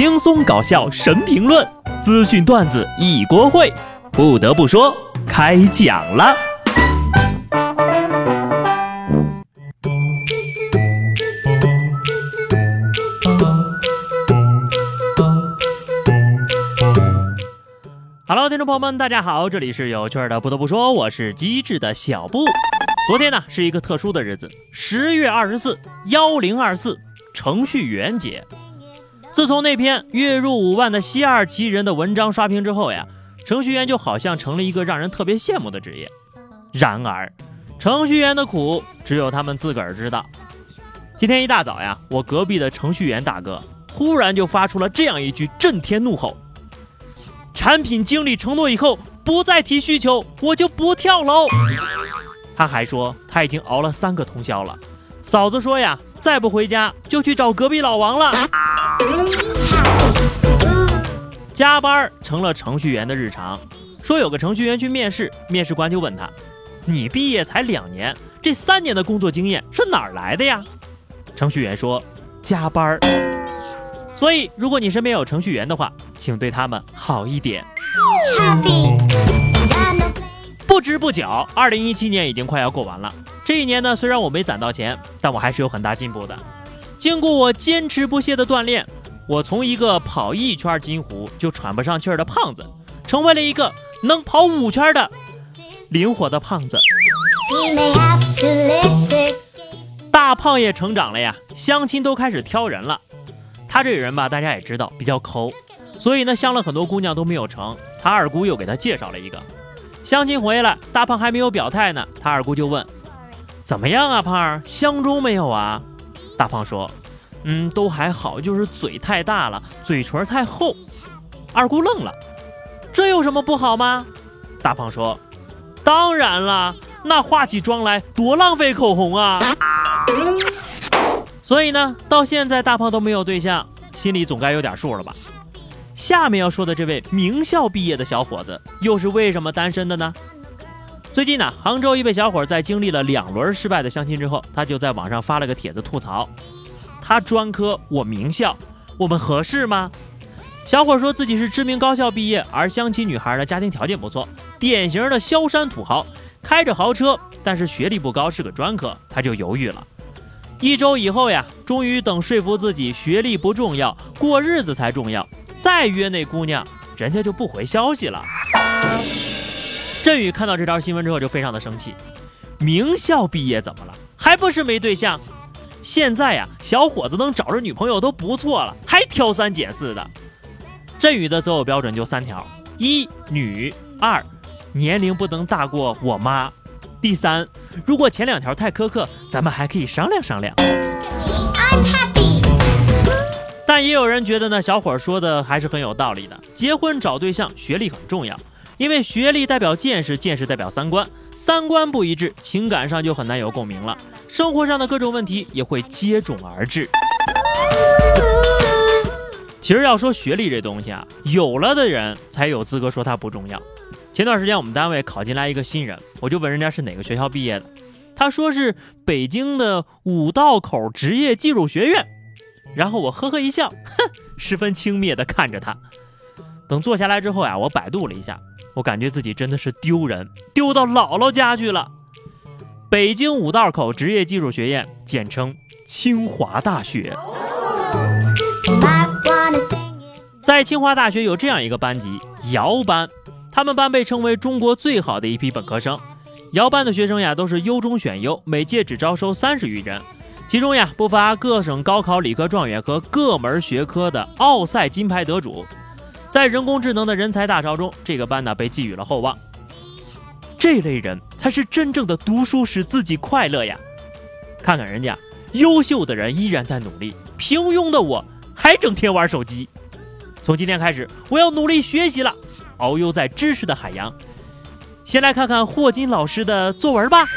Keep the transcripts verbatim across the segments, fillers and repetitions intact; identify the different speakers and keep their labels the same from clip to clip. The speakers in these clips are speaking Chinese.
Speaker 1: 轻松搞笑神评论，资讯段子一锅烩。不得不说，开讲了。Hello， 听众朋友们，大家好，这里是有趣的。不得不说，我是机智的小布。昨天呢是一个特殊的日子，十月二十四，幺零二四，程序员节。自从那篇月入五万的西二旗人的文章刷屏之后呀，程序员就好像成了一个让人特别羡慕的职业。然而，程序员的苦只有他们自个儿知道。今天一大早呀，我隔壁的程序员大哥突然就发出了这样一句震天怒吼：产品经理承诺以后不再提需求，我就不跳楼。他还说他已经熬了三个通宵了，嫂子说呀，再不回家就去找隔壁老王了。加班成了程序员的日常。说有个程序员去面试，面试官就问他，你毕业才两年，这三年的工作经验是哪儿来的呀？程序员说，加班。所以如果你身边有程序员的话，请对他们好一点。不知不觉二零一七年已经快要过完了。这一年呢，虽然我没攒到钱，但我还是有很大进步的。经过我坚持不懈的锻炼，我从一个跑一圈金湖就喘不上气儿的胖子，成为了一个能跑五圈的灵活的胖子。大胖也成长了呀，相亲都开始挑人了。他这个人吧，大家也知道比较抠，所以呢相了很多姑娘都没有成。他二姑又给他介绍了一个。相亲回来，大胖还没有表态呢，他二姑就问，怎么样啊胖儿，相中没有啊？大胖说，嗯，都还好，就是嘴太大了，嘴唇太厚。二姑愣了，这有什么不好吗？大胖说，当然了，那化起妆来多浪费口红啊。所以呢，到现在大胖都没有对象，心里总该有点数了吧。下面要说的这位名校毕业的小伙子，又是为什么单身的呢？最近呢，杭州一位小伙在经历了两轮失败的相亲之后，他就在网上发了个帖子吐槽，他专科，我名校，我们合适吗？小伙说自己是知名高校毕业，而相亲女孩的家庭条件不错，典型的萧山土豪，开着豪车，但是学历不高，是个专科，他就犹豫了。一周以后呀，终于等说服自己学历不重要，过日子才重要，再约那姑娘，人家就不回消息了。振宇看到这条新闻之后就非常的生气，名校毕业怎么了？还不是没对象？现在呀，小伙子能找着女朋友都不错了，还挑三拣四的。振宇的择偶标准就三条：一，女；二，年龄不能大过我妈；第三，如果前两条太苛刻，咱们还可以商量商量。但也有人觉得呢，小伙说的还是很有道理的。结婚找对象，学历很重要，因为学历代表见识，见识代表三观，三观不一致，情感上就很难有共鸣了，生活上的各种问题也会接踵而至。其实要说学历这东西啊，有了的人才有资格说它不重要。前段时间我们单位考进来一个新人，我就问人家是哪个学校毕业的，他说是北京的五道口职业技术学院。然后我呵呵一笑，哼，十分轻蔑地看着他。等坐下来之后呀，我百度了一下，我感觉自己真的是丢人，丢到姥姥家去了。北京五道口职业技术学院，简称清华大学。在清华大学有这样一个班级，姚班，他们班被称为中国最好的一批本科生。姚班的学生呀，都是优中选优，每届只招收三十余人。其中呀，不乏各省高考理科状元和各门学科的奥赛金牌得主。在人工智能的人才大潮中，这个班呢被寄予了厚望。这类人才是真正的读书使自己快乐呀！看看人家，优秀的人依然在努力，平庸的我还整天玩手机。从今天开始，我要努力学习了，遨游在知识的海洋。先来看看霍金老师的作文吧。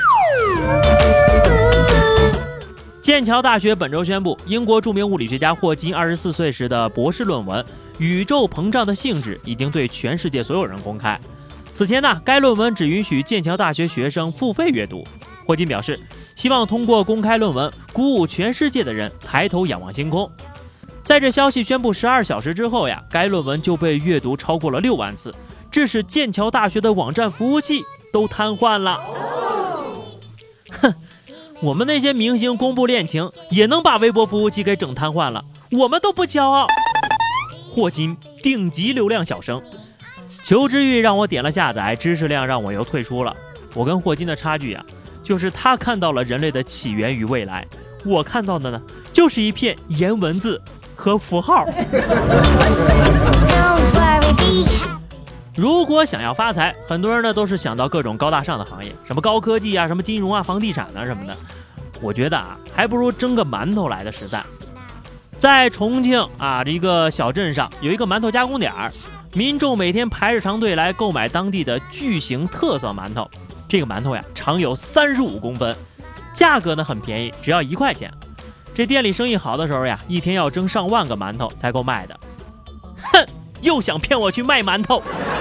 Speaker 1: 剑桥大学本周宣布，英国著名物理学家霍金二十四岁时的博士论文《宇宙膨胀的性质》已经对全世界所有人公开。此前呢，该论文只允许剑桥大学学生付费阅读。霍金表示，希望通过公开论文，鼓舞全世界的人抬头仰望星空。 在这消息宣布十二小时之后呀，该论文就被阅读超过了六万次，致使剑桥大学的网站服务器都瘫痪了。哼，我们那些明星公布恋情也能把微博服务器给整瘫痪了，我们都不骄傲。霍金顶级流量小生，求知欲让我点了下载，知识量让我又退出了。我跟霍金的差距啊，就是他看到了人类的起源与未来，我看到的呢，就是一片颜文字和符号。如果想要发财，很多人呢都是想到各种高大上的行业，什么高科技啊，什么金融啊，房地产啊什么的。我觉得啊，还不如蒸个馒头来的实在。在重庆啊一个小镇上，有一个馒头加工点，民众每天排着长队来购买当地的巨型特色馒头。这个馒头呀，长有三十五公分，价格呢很便宜，只要一块钱。这店里生意好的时候呀，一天要蒸上万个馒头才够卖的。哼，又想骗我去卖馒头。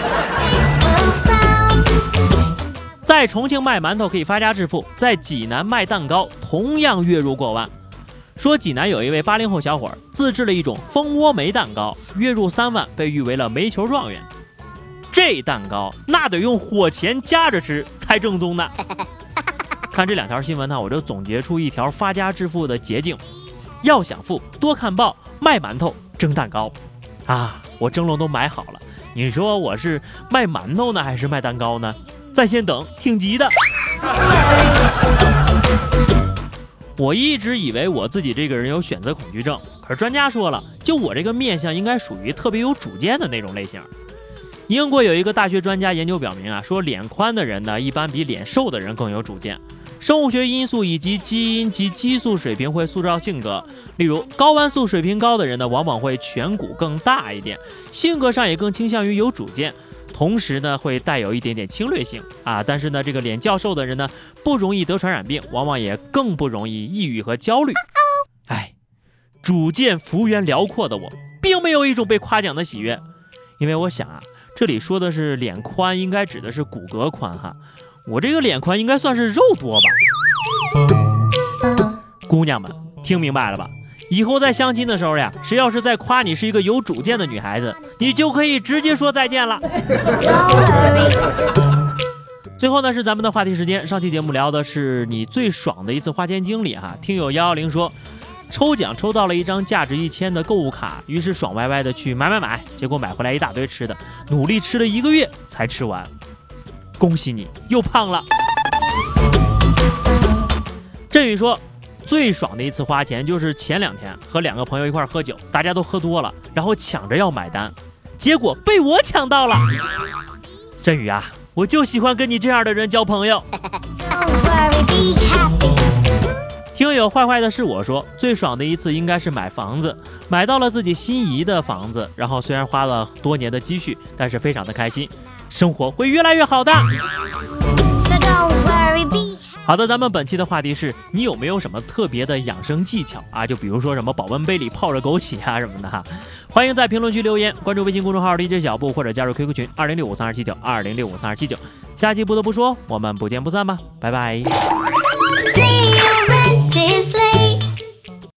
Speaker 1: 在重庆卖馒头可以发家致富，在济南卖蛋糕同样月入过万。说济南有一位八零后小伙自制了一种蜂窝煤蛋糕，月入三万，被誉为了煤球状元。这蛋糕那得用火钳夹着吃才正宗呢。看这两条新闻呢，我就总结出一条发家致富的捷径：要想富，多看报，卖馒头，蒸蛋糕。啊，我蒸笼都买好了，你说我是卖馒头呢，还是卖蛋糕呢？在线等，挺急的。我一直以为我自己这个人有选择恐惧症，可是专家说了，就我这个面相应该属于特别有主见的那种类型。英国有一个大学专家研究表明啊，说脸宽的人呢，一般比脸瘦的人更有主见。生物学因素以及基因及激素水平会塑造性格，例如睾丸素水平高的人呢，往往会颧骨更大一点，性格上也更倾向于有主见，同时呢会带有一点点侵略性啊。但是呢，这个脸较瘦的人呢，不容易得传染病，往往也更不容易抑郁和焦虑。哎，主见幅员辽阔的我，并没有一种被夸奖的喜悦，因为我想啊，这里说的是脸宽，应该指的是骨骼宽哈。我这个脸宽应该算是肉多吧。姑娘们听明白了吧？以后在相亲的时候呀，谁要是再夸你是一个有主见的女孩子，你就可以直接说再见了。最后呢，是咱们的话题时间。上期节目聊的是你最爽的一次花钱经历哈。听友幺幺零说，抽奖抽到了一张价值一千的购物卡，于是爽歪歪的去买买买，结果买回来一大堆吃的，努力吃了一个月才吃完。恭喜你又胖了。振宇说，最爽的一次花钱就是前两天和两个朋友一块喝酒，大家都喝多了，然后抢着要买单，结果被我抢到了。振宇啊，我就喜欢跟你这样的人交朋友。听友坏坏的是我说，最爽的一次应该是买房子，买到了自己心仪的房子，然后虽然花了多年的积蓄，但是非常的开心，生活会越来越好的。好的，咱们本期的话题是，你有没有什么特别的养生技巧啊？就比如说什么保温杯里泡着枸杞啊什么的哈。欢迎在评论区留言，关注微信公众号 D J 小布，或者加入 Q Q 群二零六五三二七九二零六五三二七九。下期不得不说，我们不见不散吧，拜拜。